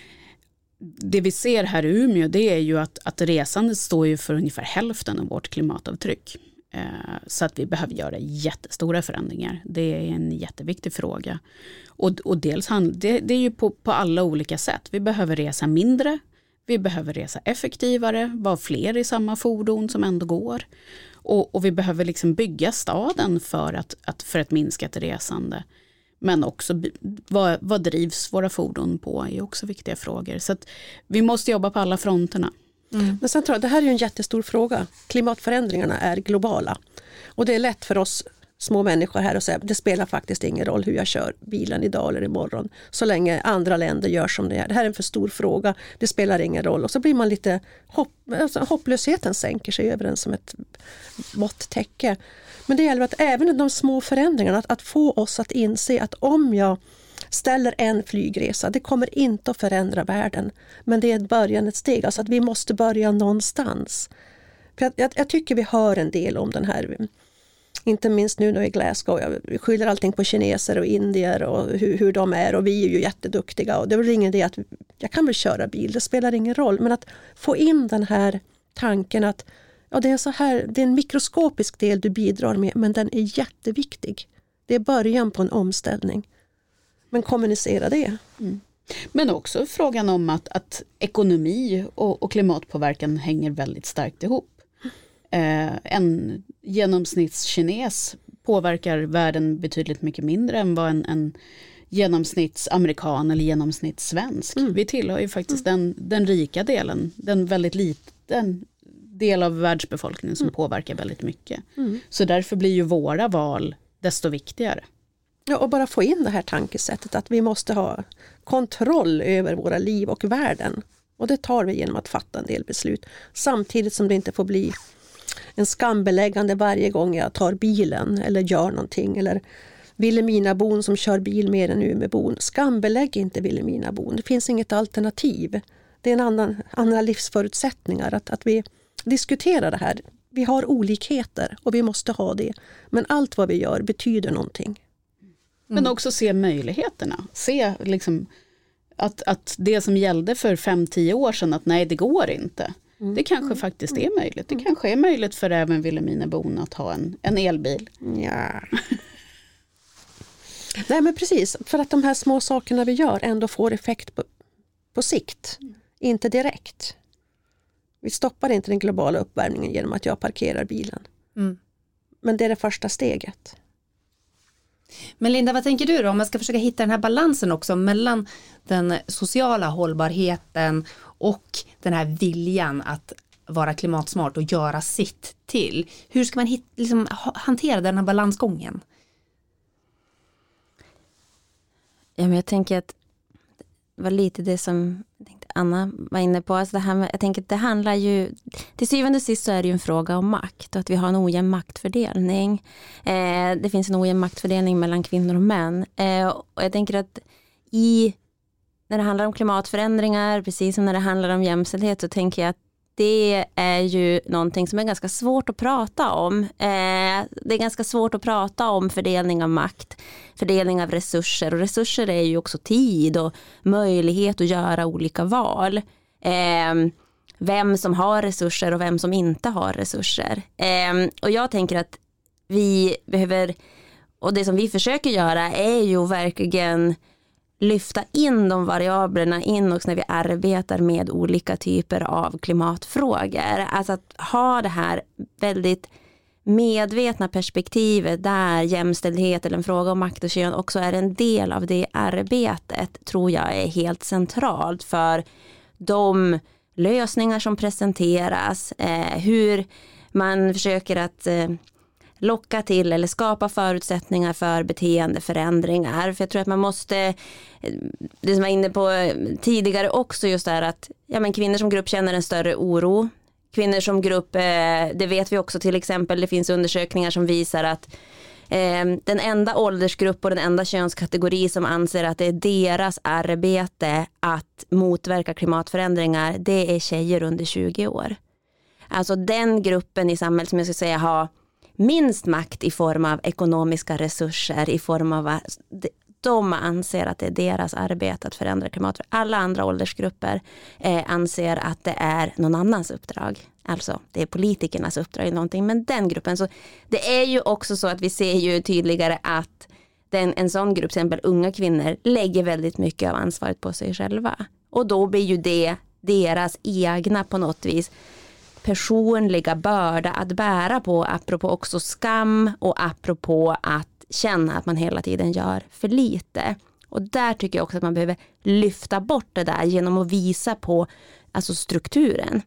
Det vi ser här i Umeå, det är ju att, att resandet står ju för ungefär hälften av vårt klimatavtryck. Eh, så att vi behöver göra jättestora förändringar. Det är en jätteviktig fråga. Och, och dels hand, det, det är ju på, på alla olika sätt. Vi behöver resa mindre, vi behöver resa effektivare, vara fler i samma fordon som ändå går. Och, och vi behöver liksom bygga staden för att, att, för ett minskat resande. Men också vad, vad drivs våra fordon på är också viktiga frågor. Så att vi måste jobba på alla fronterna. Mm. Men sen tror jag, det här är ju en jättestor fråga. Klimatförändringarna är globala. Och det är lätt för oss små människor här att säga det spelar faktiskt ingen roll hur jag kör bilen idag eller imorgon. Så länge andra länder gör som det är. Det här är en för stor fråga. Det spelar ingen roll. Och så blir man lite hopp, alltså hopplösheten sänker sig över en som ett vått täcke. Men det gäller att även de små förändringarna, att, att få oss att inse att om jag ställer en flygresa, det kommer inte att förändra världen. Men det är ett början, ett steg. Alltså att vi måste börja någonstans. För jag, jag, jag tycker vi hör en del om den här, inte minst nu när i Glasgow, jag skyller allting på kineser och indier och hur, hur de är, och vi är ju jätteduktiga. Och det är väl ingen idé att jag kan väl köra bil, det spelar ingen roll. Men att få in den här tanken att ja, det är så här, det är en mikroskopisk del du bidrar med, men den är jätteviktig. Det är början på en omställning. Men kommunicera det. Mm. Men också frågan om att, att ekonomi och, och klimatpåverkan hänger väldigt starkt ihop. Eh, en genomsnittskines påverkar världen betydligt mycket mindre än vad en, en genomsnittsamerikan eller genomsnittssvensk. Mm. Vi tillhör ju faktiskt mm. den, den rika delen, den väldigt liten del av världsbefolkningen som mm. påverkar väldigt mycket. Mm. Så därför blir ju våra val desto viktigare. Ja, och bara få in det här tankesättet att vi måste ha kontroll över våra liv och världen. Och det tar vi genom att fatta en del beslut. Samtidigt som det inte får bli en skambeläggande varje gång jag tar bilen eller gör någonting. Eller Vilhelminabon som kör bil mer än Umeåbon. Skambelägg inte Vilhelminabon. Det finns inget alternativ. Det är en annan, andra livsförutsättningar att, att vi diskuterar det här. Vi har olikheter och vi måste ha det. Men allt vad vi gör betyder någonting. Mm. Men också se möjligheterna. Se liksom att, att det som gällde för fem till tio år sedan, att nej, det går inte. Mm. Det kanske faktiskt är möjligt. Det kanske är möjligt för även Vilhelminabon att ha en, en elbil. Ja. Nej, men precis. För att de här små sakerna vi gör ändå får effekt på, på sikt. Mm. Inte direkt. Vi stoppar inte den globala uppvärmningen genom att jag parkerar bilen. Mm. Men det är det första steget. Men Linda, vad tänker du då? Om man ska försöka hitta den här balansen också mellan den sociala hållbarheten och den här viljan att vara klimatsmart och göra sitt till. Hur ska man hit, liksom, hantera den här balansgången? Ja, men jag tänker att det var lite det som jag tänkte Anna var inne på, alltså det här med, jag tänker att det handlar ju, till syvende och sist så är det ju en fråga om makt och att vi har en ojämn maktfördelning. Eh, det finns en ojämn maktfördelning mellan kvinnor och män. Eh, och jag tänker att i, när det handlar om klimatförändringar, precis som när det handlar om jämställdhet, så tänker jag att det är ju någonting som är ganska svårt att prata om. Eh, det är ganska svårt att prata om fördelning av makt, fördelning av resurser. Och resurser är ju också tid och möjlighet att göra olika val. Eh, vem som har resurser och vem som inte har resurser. Eh, och jag tänker att vi behöver, och det som vi försöker göra är ju verkligen lyfta in de variablerna in också när vi arbetar med olika typer av klimatfrågor. Alltså att ha det här väldigt medvetna perspektivet där jämställdhet eller en fråga om makt och kön också är en del av det arbetet, tror jag är helt centralt för de lösningar som presenteras, eh, hur man försöker att eh, locka till eller skapa förutsättningar för beteendeförändringar. För jag tror att man måste, det som jag var inne på tidigare också, just det här att ja, men kvinnor som grupp känner en större oro. Kvinnor som grupp, det vet vi också till exempel, det finns undersökningar som visar att eh, den enda åldersgrupp och den enda könskategori som anser att det är deras arbete att motverka klimatförändringar, det är tjejer under tjugo år. Alltså den gruppen i samhället som jag ska säga har minst makt i form av ekonomiska resurser, i form av att de anser att det är deras arbete att förändra klimatet. Alla andra åldersgrupper eh, anser att det är någon annans uppdrag. Alltså det är politikernas uppdrag eller någonting. Men den gruppen, så det är ju också så att vi ser ju tydligare att den, en sån grupp, till exempel unga kvinnor, lägger väldigt mycket av ansvaret på sig själva. Och då blir ju det deras egna på något vis personliga börda att bära på, apropå också skam och apropå att känna att man hela tiden gör för lite. Och där tycker jag också att man behöver lyfta bort det där genom att visa på alltså strukturen.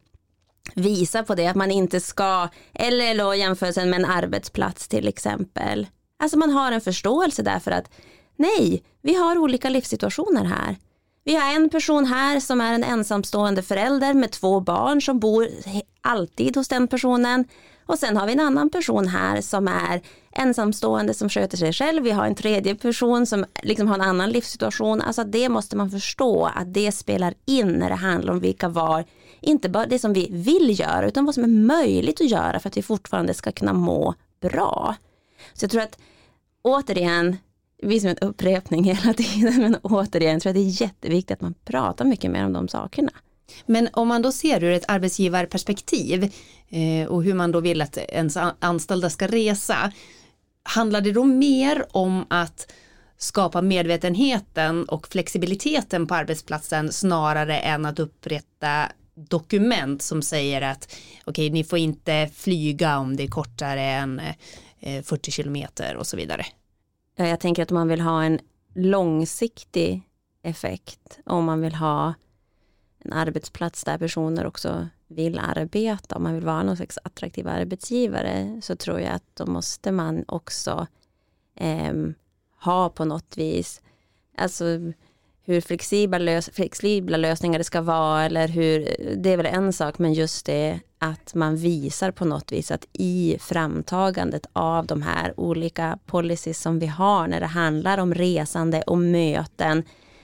Visa på det att man inte ska, eller då jämförelsen med en arbetsplats till exempel. Alltså man har en förståelse därför att nej, vi har olika livssituationer här. Vi har en person här som är en ensamstående förälder med två barn som bor alltid hos den personen. Och sen har vi en annan person här som är ensamstående som sköter sig själv. Vi har en tredje person som liksom har en annan livssituation. Alltså det måste man förstå att det spelar in när det handlar om vilka var, inte bara det som vi vill göra utan vad som är möjligt att göra för att vi fortfarande ska kunna må bra. Så jag tror att återigen, det blir som en upprepning hela tiden, men återigen tror jag det är jätteviktigt att man pratar mycket mer om de sakerna. Men om man då ser ur ett arbetsgivarperspektiv eh, och hur man då vill att ens anställda ska resa, handlar det då mer om att skapa medvetenheten och flexibiliteten på arbetsplatsen snarare än att upprätta dokument som säger att okej, ni får inte flyga om det är kortare än eh, fyrtio kilometer och så vidare? Ja, jag tänker att om man vill ha en långsiktig effekt, om man vill ha en arbetsplats där personer också vill arbeta, om man vill vara någon slags attraktiv arbetsgivare, så tror jag att då måste man också eh, ha på något vis, alltså hur flexibla, lös- flexibla lösningar det ska vara, eller hur, det är väl en sak, men just det att man visar på något vis att i framtagandet av de här olika policies som vi har när det handlar om resande och möten,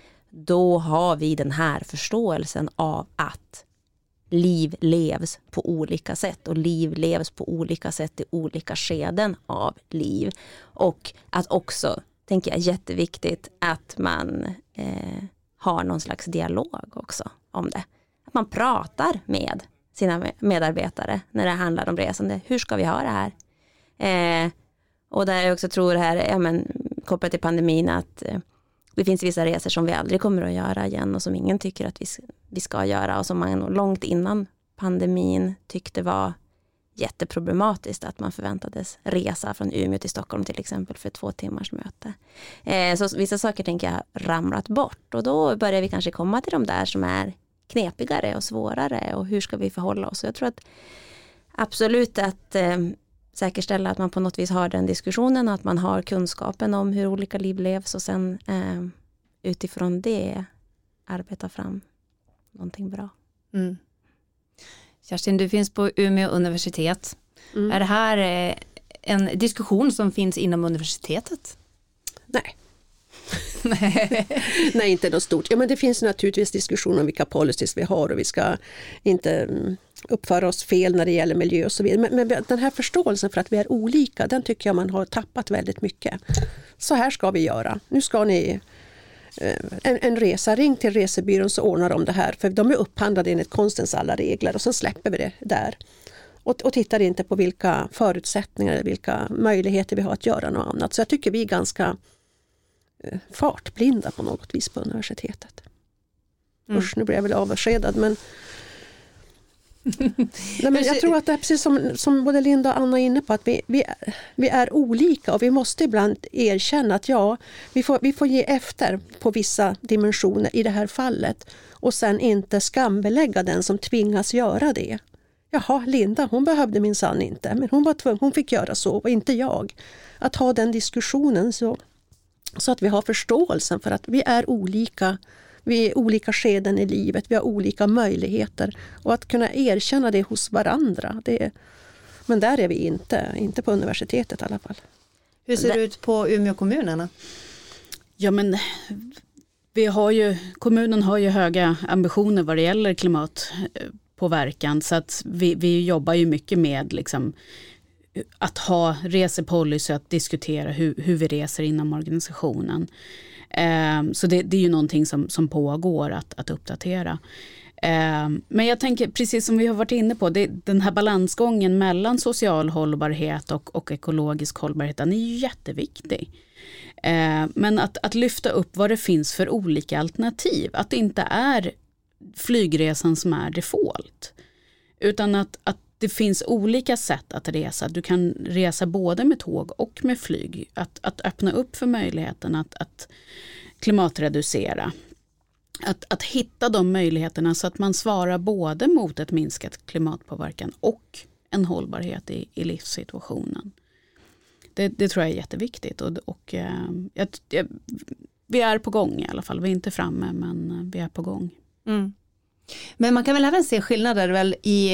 då har vi den här förståelsen av att liv levs på olika sätt och liv levs på olika sätt i olika skeden av liv. Och att också, tänker jag, jätteviktigt att man eh, har någon slags dialog också om det. Att man pratar med sina medarbetare när det handlar om resande. Hur ska vi ha det här? Eh, och där jag också tror här, ja, men, kopplat till pandemin, att eh, det finns vissa resor som vi aldrig kommer att göra igen och som ingen tycker att vi, vi ska göra och som man långt innan pandemin tyckte var jätteproblematiskt, att man förväntades resa från Umeå till Stockholm till exempel för två timmars möte. Eh, så vissa saker tänker jag ramlat bort, och då börjar vi kanske komma till de där som är knepigare och svårare, och hur ska vi förhålla oss? Så jag tror att absolut att eh, säkerställa att man på något vis har den diskussionen och att man har kunskapen om hur olika liv levs, och sen eh, utifrån det arbeta fram någonting bra. Mm. Kerstin, du finns på Umeå universitet. Mm. Är det här en diskussion som finns inom universitetet? Nej. Nej, inte något stort. Ja, men det finns naturligtvis diskussion om vilka policies vi har och vi ska inte uppföra oss fel när det gäller miljö och så vidare. Men, men den här förståelsen för att vi är olika, den tycker jag man har tappat väldigt mycket. Så här ska vi göra. Nu ska ni en, en resa, ring till resebyrån så ordnar de det här. För de är upphandlade enligt konstens alla regler och så släpper vi det där. Och, och tittar inte på vilka förutsättningar, vilka möjligheter vi har att göra något annat. Så jag tycker vi är ganska fartblinda på något vis på universitetet. Mm. Usch, nu blir jag väl avskedad, men Nej, men jag tror att det är precis som, som både Linda och Anna är inne på, att vi, vi, vi är olika och vi måste ibland erkänna att ja, vi får, vi får ge efter på vissa dimensioner i det här fallet och sen inte skambelägga den som tvingas göra det. Jaha, Linda, hon behövde minsann inte, men hon var tvungen, hon fick göra så och inte jag. Att ha den diskussionen så, så att vi har förståelsen för att vi är olika. Vi är olika skeden i livet, vi har olika möjligheter och att kunna erkänna det hos varandra. Det är, men där är vi inte, inte på universitetet i alla fall. Hur ser det ut på Umeå kommunerna? Ja, men vi har ju, kommunen har ju höga ambitioner vad det gäller klimatpåverkan, så att vi, vi jobbar ju mycket med liksom, att ha resepolicy, att diskutera hur, hur vi reser inom organisationen. Så det, det är ju någonting som, som pågår att, att uppdatera. Men jag tänker, precis som vi har varit inne på, det, den här balansgången mellan social hållbarhet och, och ekologisk hållbarhet, den är ju jätteviktig. Men att, att lyfta upp vad det finns för olika alternativ. Att det inte är flygresan som är default. Utan att, att det finns olika sätt att resa. Du kan resa både med tåg och med flyg. Att, att öppna upp för möjligheten att, att klimatreducera. Att, att hitta de möjligheterna så att man svarar både mot ett minskat klimatpåverkan och en hållbarhet i, i livssituationen. Det, det tror jag är jätteviktigt. Och, och jag, jag, vi är på gång i alla fall. Vi är inte framme, men vi är på gång. Mm. Men man kan väl även se skillnader väl i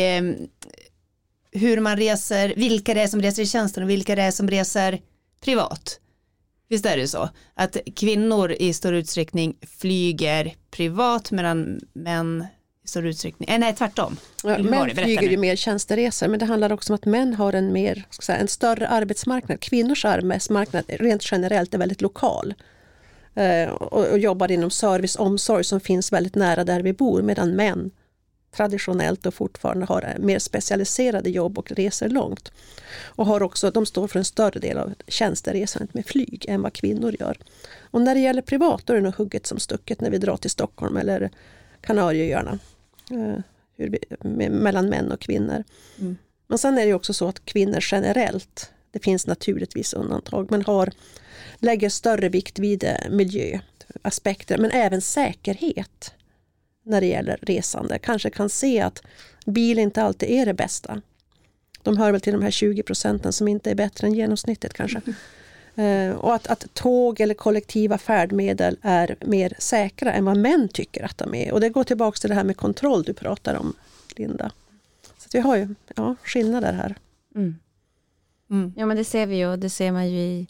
hur man reser, vilka det är som reser i tjänsten och vilka det är som reser privat. Visst är det så? Att kvinnor i stor utsträckning flyger privat medan män i stor utsträckning, äh, nej tvärtom. Ja, män flyger ju mer tjänsteresor, men det handlar också om att män har en, mer, ska säga, en större arbetsmarknad. Kvinnors arbetsmarknad rent generellt är väldigt lokal. Eh, och, och jobbar inom service och omsorg som finns väldigt nära där vi bor, medan män traditionellt och fortfarande har mer specialiserade jobb och reser långt. Och har också, de står för en större del av tjänsteresandet med flyg än vad kvinnor gör. Och när det gäller privat, då är det nog hugget som stucket när vi drar till Stockholm eller Kanarieöarna. Eh, hur vi, med, mellan män och kvinnor. Mm. Men sen är det också så att kvinnor generellt, det finns naturligtvis undantag, men har, lägger större vikt vid miljöaspekter, men även säkerhet. När det gäller resande. Kanske kan se att bil inte alltid är det bästa. De hör väl till de här tjugo procenten som inte är bättre än genomsnittet kanske. Mm. Uh, och att, att tåg eller kollektiva färdmedel är mer säkra än vad män tycker att de är. Och det går tillbaka till det här med kontroll du pratar om, Linda. Så att vi har ju ja, skillnader här. Mm. Mm. Ja, men det ser vi ju. Det ser man ju i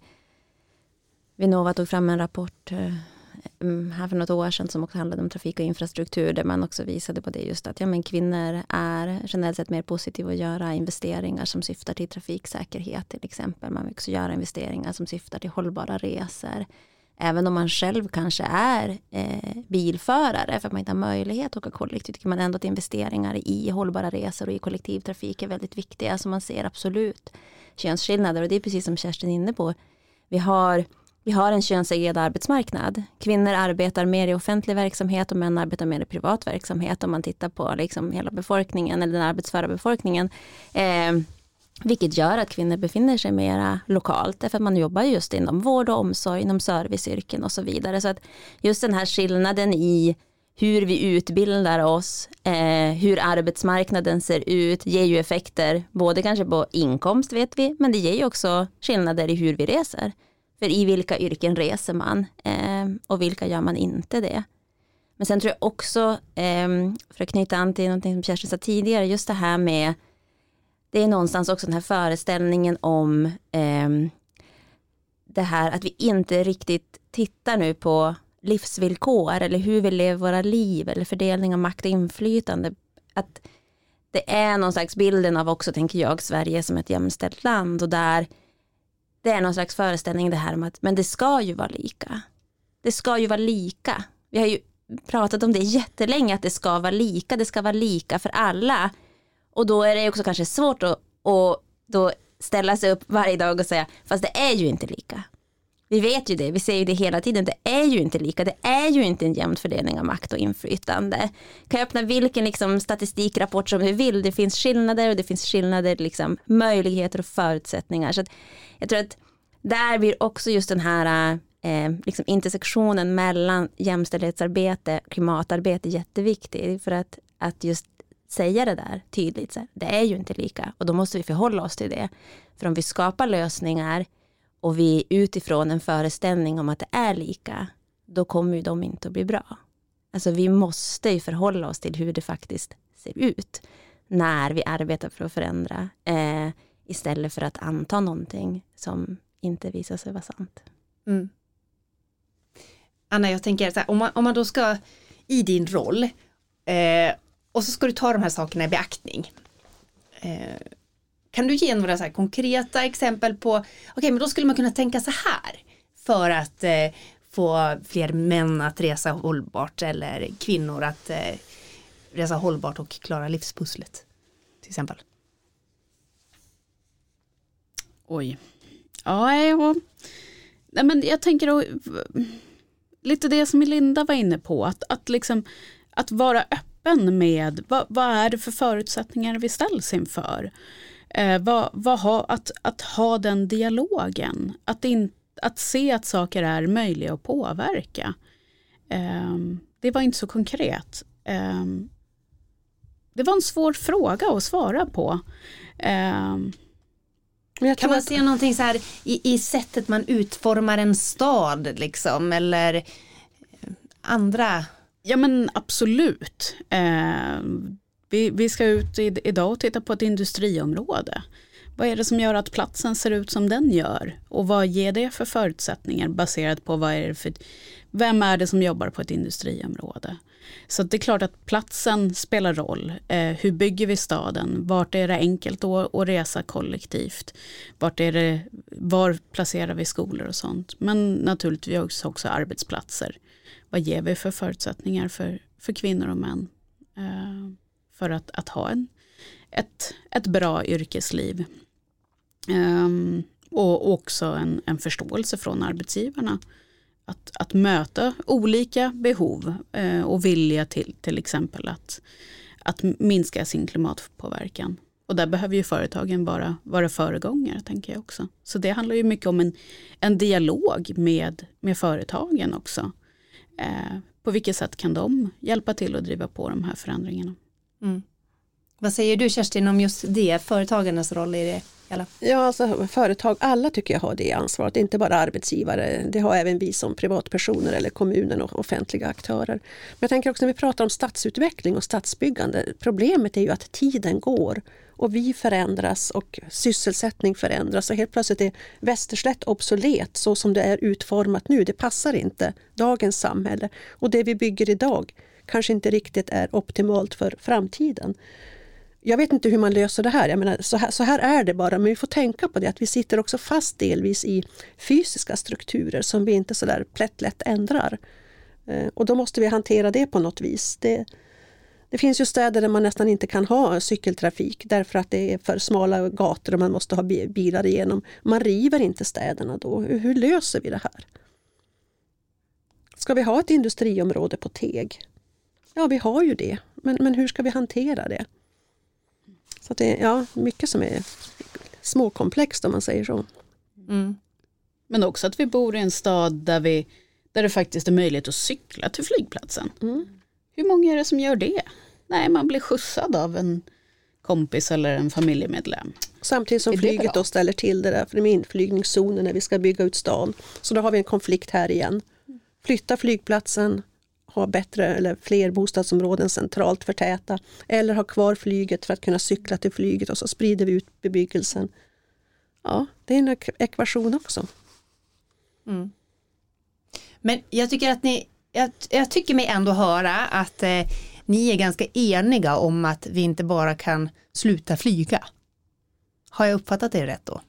Vinnova tog fram en rapport här för något år sedan som också handlade om trafik och infrastruktur, där man också visade på det just att ja, men kvinnor är generellt sett mer positiva att göra investeringar som syftar till trafiksäkerhet till exempel. Man vill också göra investeringar som syftar till hållbara resor. Även om man själv kanske är eh, bilförare för att man inte har möjlighet att åka kollektivt, tycker man ändå att investeringar i hållbara resor och i kollektivtrafik är väldigt viktiga. Så man ser absolut könsskillnader, och det är precis som Kerstin är inne på. Vi har Vi har en könssegregerad arbetsmarknad. Kvinnor arbetar mer i offentlig verksamhet och män arbetar mer i privat verksamhet om man tittar på liksom hela befolkningen eller den arbetsföra befolkningen. Eh, vilket gör att kvinnor befinner sig mer lokalt därför att man jobbar just inom vård och omsorg, inom serviceyrken och så vidare. Så att just den här skillnaden i hur vi utbildar oss, eh, hur arbetsmarknaden ser ut, ger ju effekter både kanske på inkomst vet vi, men det ger ju också skillnader i hur vi reser. För i vilka yrken reser man eh, och vilka gör man inte det. Men sen tror jag också, eh, för att knyta an till någonting som Kerstin sa tidigare, just det här med, det är någonstans också den här föreställningen om eh, det här att vi inte riktigt tittar nu på livsvillkor eller hur vi lever våra liv eller fördelning av makt och inflytande. Att det är någon slags bilden av också, tänker jag, Sverige som ett jämställt land, och där det är någon slags föreställning det här om att men det ska ju vara lika. Det ska ju vara lika. Vi har ju pratat om det jättelänge, att det ska vara lika. Det ska vara lika för alla. Och då är det också kanske svårt att, att då ställa sig upp varje dag och säga fast det är ju inte lika. Vi vet ju det, vi säger ju det hela tiden. Det är ju inte lika, det är ju inte en jämn fördelning av makt och inflytande. Kan jag öppna vilken liksom statistikrapport som du vill. Det finns skillnader och det finns skillnader, liksom, möjligheter och förutsättningar. Så att jag tror att där blir också just den här eh, liksom intersektionen mellan jämställdhetsarbete och klimatarbete jätteviktig. För att, att just säga det där tydligt. Så här, det är ju inte lika och då måste vi förhålla oss till det. För om vi skapar lösningar och vi utifrån en föreställning om att det är lika, då kommer ju de inte att bli bra. Alltså vi måste ju förhålla oss till hur det faktiskt ser ut när vi arbetar för att förändra, eh, istället för att anta någonting som inte visar sig vara sant. Mm. Anna, jag tänker så här, om man, om man då ska i din roll eh, och så ska du ta de här sakerna i beaktning. Eh, Kan du ge några så här konkreta exempel på, okej okay, men då skulle man kunna tänka så här för att eh, få fler män att resa hållbart eller kvinnor att eh, resa hållbart och klara livspusslet till exempel? Oj. Ja, ja. Nej, men jag tänker då, lite det som Linda var inne på, att, att, liksom, att vara öppen med vad, vad är det för förutsättningar vi ställs inför. Eh, vad, vad ha, att, att ha den dialogen, att, in, att se att saker är möjliga att påverka. Eh, det var inte så konkret. Eh, det var en svår fråga att svara på. Eh, Men jag kan man att... se någonting så här i, i sättet man utformar en stad liksom, eller andra? Ja men absolut. Eh, Vi, vi ska ut i, idag och titta på ett industriområde. Vad är det som gör att platsen ser ut som den gör? Och vad ger det för förutsättningar baserat på vad är det för, vem är det som jobbar på ett industriområde? Så det är klart att platsen spelar roll. Eh, hur bygger vi staden? Vart är det enkelt att, att resa kollektivt? Vart är det, var placerar vi skolor och sånt? Men naturligtvis också, också arbetsplatser. Vad ger vi för förutsättningar för, för kvinnor och män? Eh, för att, att ha en, ett, ett bra yrkesliv. Um, och också en, en förståelse från arbetsgivarna. Att, att möta olika behov uh, och vilja till till exempel att, att minska sin klimatpåverkan. Och där behöver ju företagen vara, vara föregångare, tänker jag också. Så det handlar ju mycket om en, en dialog med, med företagen också. Uh, på vilket sätt kan de hjälpa till att driva på de här förändringarna? Mm. Vad säger du, Kerstin, om just det, företagarnas roll i det hela? Ja, alltså företag, alla tycker jag har det ansvaret, inte bara arbetsgivare. Det har även vi som privatpersoner eller kommunen och offentliga aktörer. Men jag tänker också när vi pratar om stadsutveckling och stadsbyggande, problemet är ju att tiden går och vi förändras och sysselsättning förändras och helt plötsligt är Västerslätt obsolet så som det är utformat nu. Det passar inte dagens samhälle och det vi bygger idag kanske inte riktigt är optimalt för framtiden. Jag vet inte hur man löser det här. Jag menar, så här, så här är det bara. Men vi får tänka på det att vi sitter också fast delvis i fysiska strukturer som vi inte så där plättlätt ändrar. Eh, och då måste vi hantera det på något vis. Det, det finns ju städer där man nästan inte kan ha cykeltrafik därför att det är för smala gator och man måste ha bilar igenom. Man river inte städerna då. Hur, hur löser vi det här? Ska vi ha ett industriområde på Teg? Ja, vi har ju det. Men, men hur ska vi hantera det? Så att det är ja, mycket som är småkomplext om man säger så. Mm. Men också att vi bor i en stad där, vi, där det faktiskt är möjligt att cykla till flygplatsen. Mm. Hur många är det som gör det? Nej, man blir skjutsad av en kompis eller en familjemedlem. Samtidigt som flyget då ställer till det där för de inflygningszoner när vi ska bygga ut stan. Så då har vi en konflikt här igen. Flytta flygplatsen, ha bättre eller fler bostadsområden centralt förtäta. Eller ha kvar flyget för att kunna cykla till flyget och så sprider vi ut bebyggelsen. Ja, det är en ekvation också. Mm. Men jag tycker att ni, jag, jag tycker mig ändå höra att eh, ni är ganska eniga om att vi inte bara kan sluta flyga. Har jag uppfattat det rätt då?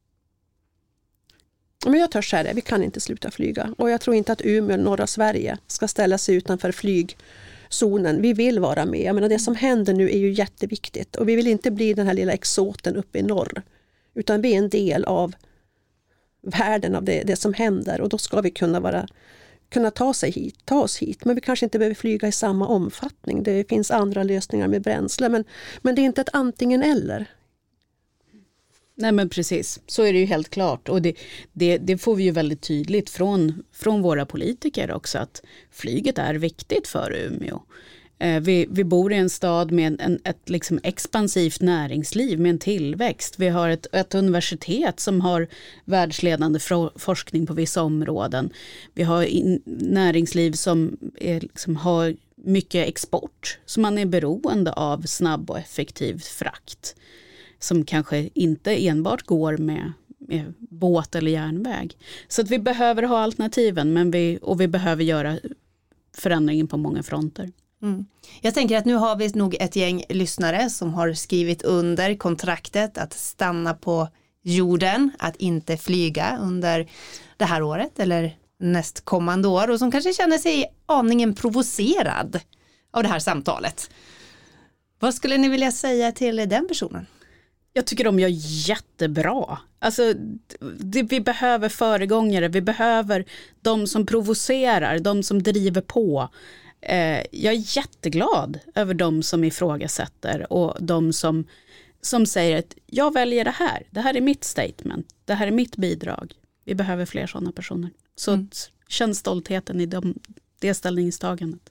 Men jag törs säga det, vi kan inte sluta flyga. Och jag tror inte att Umeå, norra Sverige, ska ställa sig utanför flygzonen. Vi vill vara med. Jag menar, det som händer nu är ju jätteviktigt. Och vi vill inte bli den här lilla exoten uppe i norr. Utan vi är en del av världen, av det, det som händer. Och då ska vi kunna, vara, kunna ta, sig hit, ta oss hit. Men vi kanske inte behöver flyga i samma omfattning. Det finns andra lösningar med bränsle. Men, men det är inte ett antingen eller. Nej men precis, så är det ju helt klart. Och det, det, det får vi ju väldigt tydligt från, från våra politiker också, att flyget är viktigt för Umeå. Eh, vi, vi bor i en stad med en, ett liksom expansivt näringsliv med en tillväxt. Vi har ett, ett universitet som har världsledande forskning på vissa områden. Vi har in, näringsliv som är, liksom, har mycket export, så man är beroende av snabb och effektiv frakt. Som kanske inte enbart går med, med båt eller järnväg. Så att vi behöver ha alternativen, men vi, och vi behöver göra förändringen på många fronter. Mm. Jag tänker att nu har vi nog ett gäng lyssnare som har skrivit under kontraktet att stanna på jorden, att inte flyga under det här året eller nästkommande år, och som kanske känner sig aningen provocerad av det här samtalet. Vad skulle ni vilja säga till den personen? Jag tycker de gör jättebra. Alltså, det, vi behöver föregångare, vi behöver de som provocerar, de som driver på. Eh, jag är jätteglad över de som ifrågasätter och de som, som säger att jag väljer det här. Det här är mitt statement, det här är mitt bidrag. Vi behöver fler sådana personer. Så mm. känn stoltheten i de, det ställningstagandet.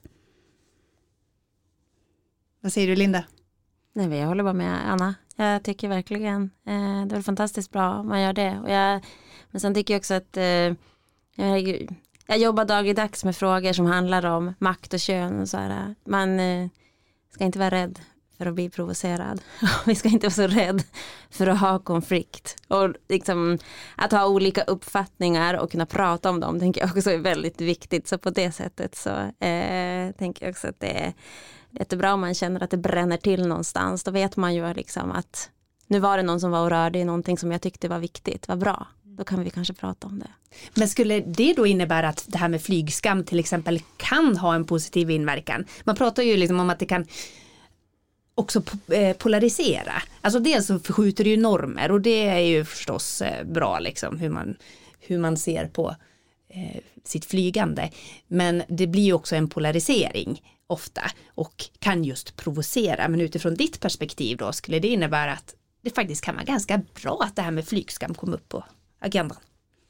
Vad säger du, Linda? Nej, jag håller bara med Anna. Jag tycker verkligen eh, det är fantastiskt bra om man gör det. Och jag, men sen tycker jag också att eh, jag, jag jobbar dagligdags med frågor som handlar om makt och kön. Och så här. Man eh, ska inte vara rädd för att bli provocerad. Vi ska inte vara så rädd för att ha konflikt. Och liksom, att ha olika uppfattningar och kunna prata om dem tänker jag också är väldigt viktigt. Så på det sättet så eh, tänker jag också att det är jättebra om man känner att det bränner till någonstans. Då vet man ju liksom att nu var det någon som var och rörde i någonting som jag tyckte var viktigt, var bra. Då kan vi kanske prata om det. Men skulle det då innebära att det här med flygskam till exempel kan ha en positiv inverkan? Man pratar ju liksom om att det kan också polarisera. Alltså dels så förskjuter det ju normer, och det är ju förstås bra liksom hur man, hur man ser på eh, sitt flygande. Men det blir ju också en polarisering ofta och kan just provocera. Men utifrån ditt perspektiv då, skulle det innebära att det faktiskt kan vara ganska bra att det här med flygskam kom upp på agendan?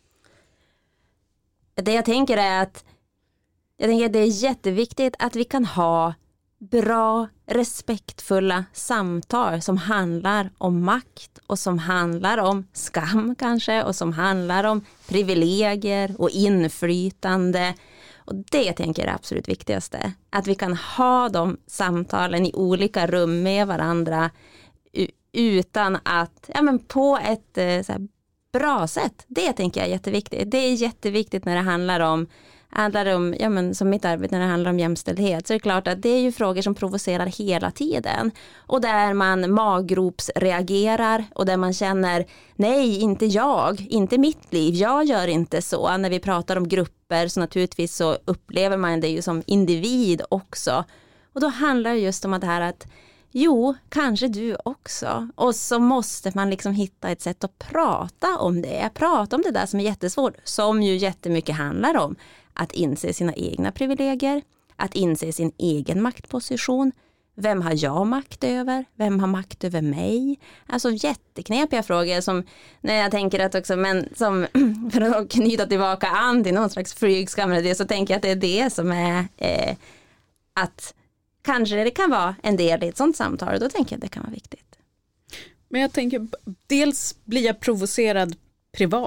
Det jag tänker är att jag tänker att det är jätteviktigt att vi kan ha bra, respektfulla samtal som handlar om makt och som handlar om skam kanske och som handlar om privilegier och inflytande. Och det tänker jag är det absolut viktigaste. Att vi kan ha de samtalen i olika rum med varandra utan att, ja men på ett så här, bra sätt. Det tänker jag är jätteviktigt. Det är jätteviktigt när det handlar om handlar om, ja men som mitt arbete när det handlar om jämställdhet, så är det klart att det är ju frågor som provocerar hela tiden och där man maggropsreagerar och där man känner nej, inte jag, inte mitt liv, jag gör inte så. När vi pratar om grupper så naturligtvis så upplever man det ju som individ också, och då handlar det just om att det här att jo, kanske du också. Och så måste man liksom hitta ett sätt att prata om det. Prata om det där som är jättesvårt, som ju jättemycket handlar om att inse sina egna privilegier, att inse sin egen maktposition. Vem har jag makt över? Vem har makt över mig? Alltså jätteknepiga frågor som, när jag tänker att också, men som för att knyta tillbaka an till någon slags flygskam eller det, så tänker jag att det är det som är eh, att kanske det kan vara en del i ett sånt samtal, och då tänker jag att det kan vara viktigt. Men jag tänker, dels blir jag provocerad privat.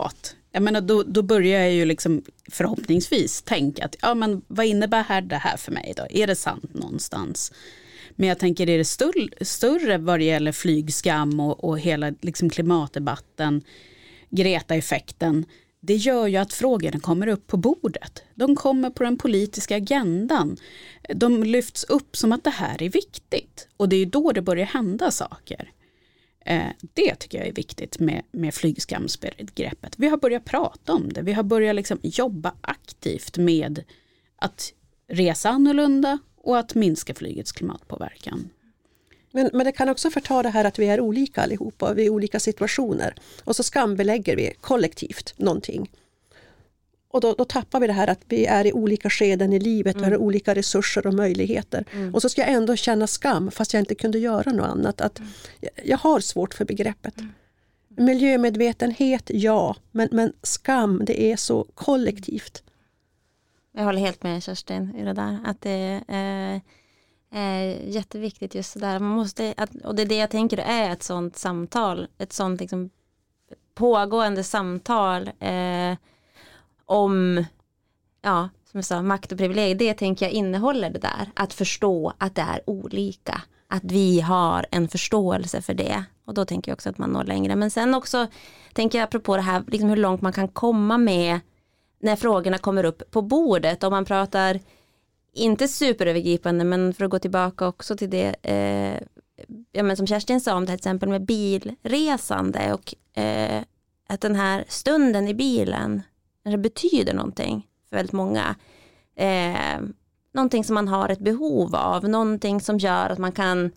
Jag menar, då, då börjar jag ju liksom förhoppningsvis tänka att ja, men vad innebär här det här för mig då? Är det sant någonstans? Men jag tänker, är det större, större vad det gäller flygskam och, och hela liksom klimatdebatten, Greta-effekten, det gör ju att frågorna kommer upp på bordet. De kommer på den politiska agendan. De lyfts upp som att det här är viktigt. Och det är då det börjar hända saker. Eh, det tycker jag är viktigt med, med flygskamsbegreppet. Vi har börjat prata om det. Vi har börjat liksom jobba aktivt med att resa annorlunda och att minska flygets klimatpåverkan. Men, men det kan också förta det här att vi är olika allihopa, vi är i olika situationer. Och så skambelägger vi kollektivt någonting. Och då, då tappar vi det här att vi är i olika skeden i livet, mm. vi har olika resurser och möjligheter. Mm. Och så ska jag ändå känna skam fast jag inte kunde göra något annat. Att mm. jag, jag har svårt för begreppet. Mm. Miljömedvetenhet, ja. Men, men skam, det är så kollektivt. Jag håller helt med Kerstin i det där. Att det är eh, jätteviktigt just det där. Man måste, att, och det är det jag tänker är ett sånt samtal. Ett sånt liksom pågående samtal eh, om, ja, som jag sa, makt och privilegier. Det tänker jag innehåller det där. Att förstå att det är olika. Att vi har en förståelse för det. Och då tänker jag också att man når längre. Men sen också tänker jag apropå det här, liksom hur långt man kan komma med när frågorna kommer upp på bordet. Om man pratar, inte superövergripande, men för att gå tillbaka också till det, eh, ja, men som Kerstin sa om det till exempel med bilresande och eh, att den här stunden i bilen det betyder någonting för väldigt många. Eh, någonting som man har ett behov av, någonting som gör att man kan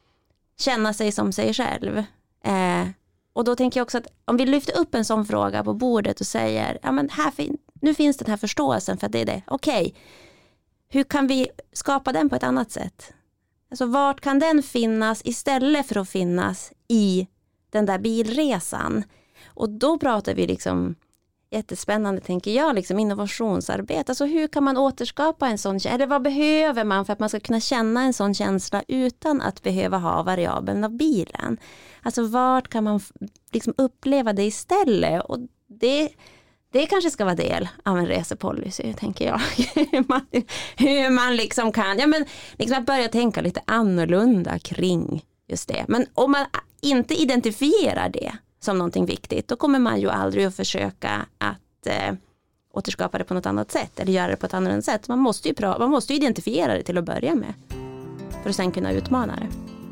känna sig som sig själv. Eh, och då tänker jag också att om vi lyfter upp en sån fråga på bordet och säger, ja men här fin- nu finns den här förståelsen för att det är det. Okej, hur kan vi skapa den på ett annat sätt? Alltså vart kan den finnas istället för att finnas i den där bilresan? Och då pratar vi liksom jättespännande, tänker jag, liksom innovationsarbete. Alltså hur kan man återskapa en sån känsla? Eller vad behöver man för att man ska kunna känna en sån känsla utan att behöva ha variabeln av bilen? Alltså vart kan man liksom uppleva det istället? Och det, det kanske ska vara del av en resepolicy, tänker jag. hur, man, hur man liksom kan, ja men liksom att börja tänka lite annorlunda kring just det. Men om man inte identifierar det som någonting viktigt, då kommer man ju aldrig att försöka att eh, återskapa det på något annat sätt eller göra det på ett annat sätt. Man måste ju, pra- man måste ju identifiera det till att börja med för att sen kunna utmana det.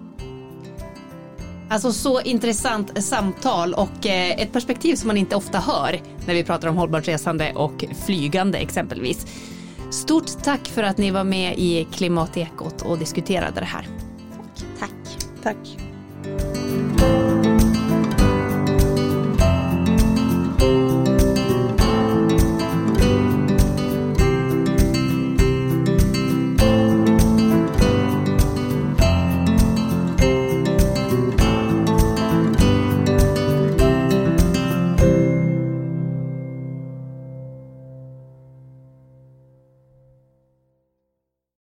Alltså så intressant samtal och eh, ett perspektiv som man inte ofta hör när vi pratar om hållbart resande och flygande exempelvis. Stort tack för att ni var med i Klimatekot och diskuterade det här. Tack. Tack.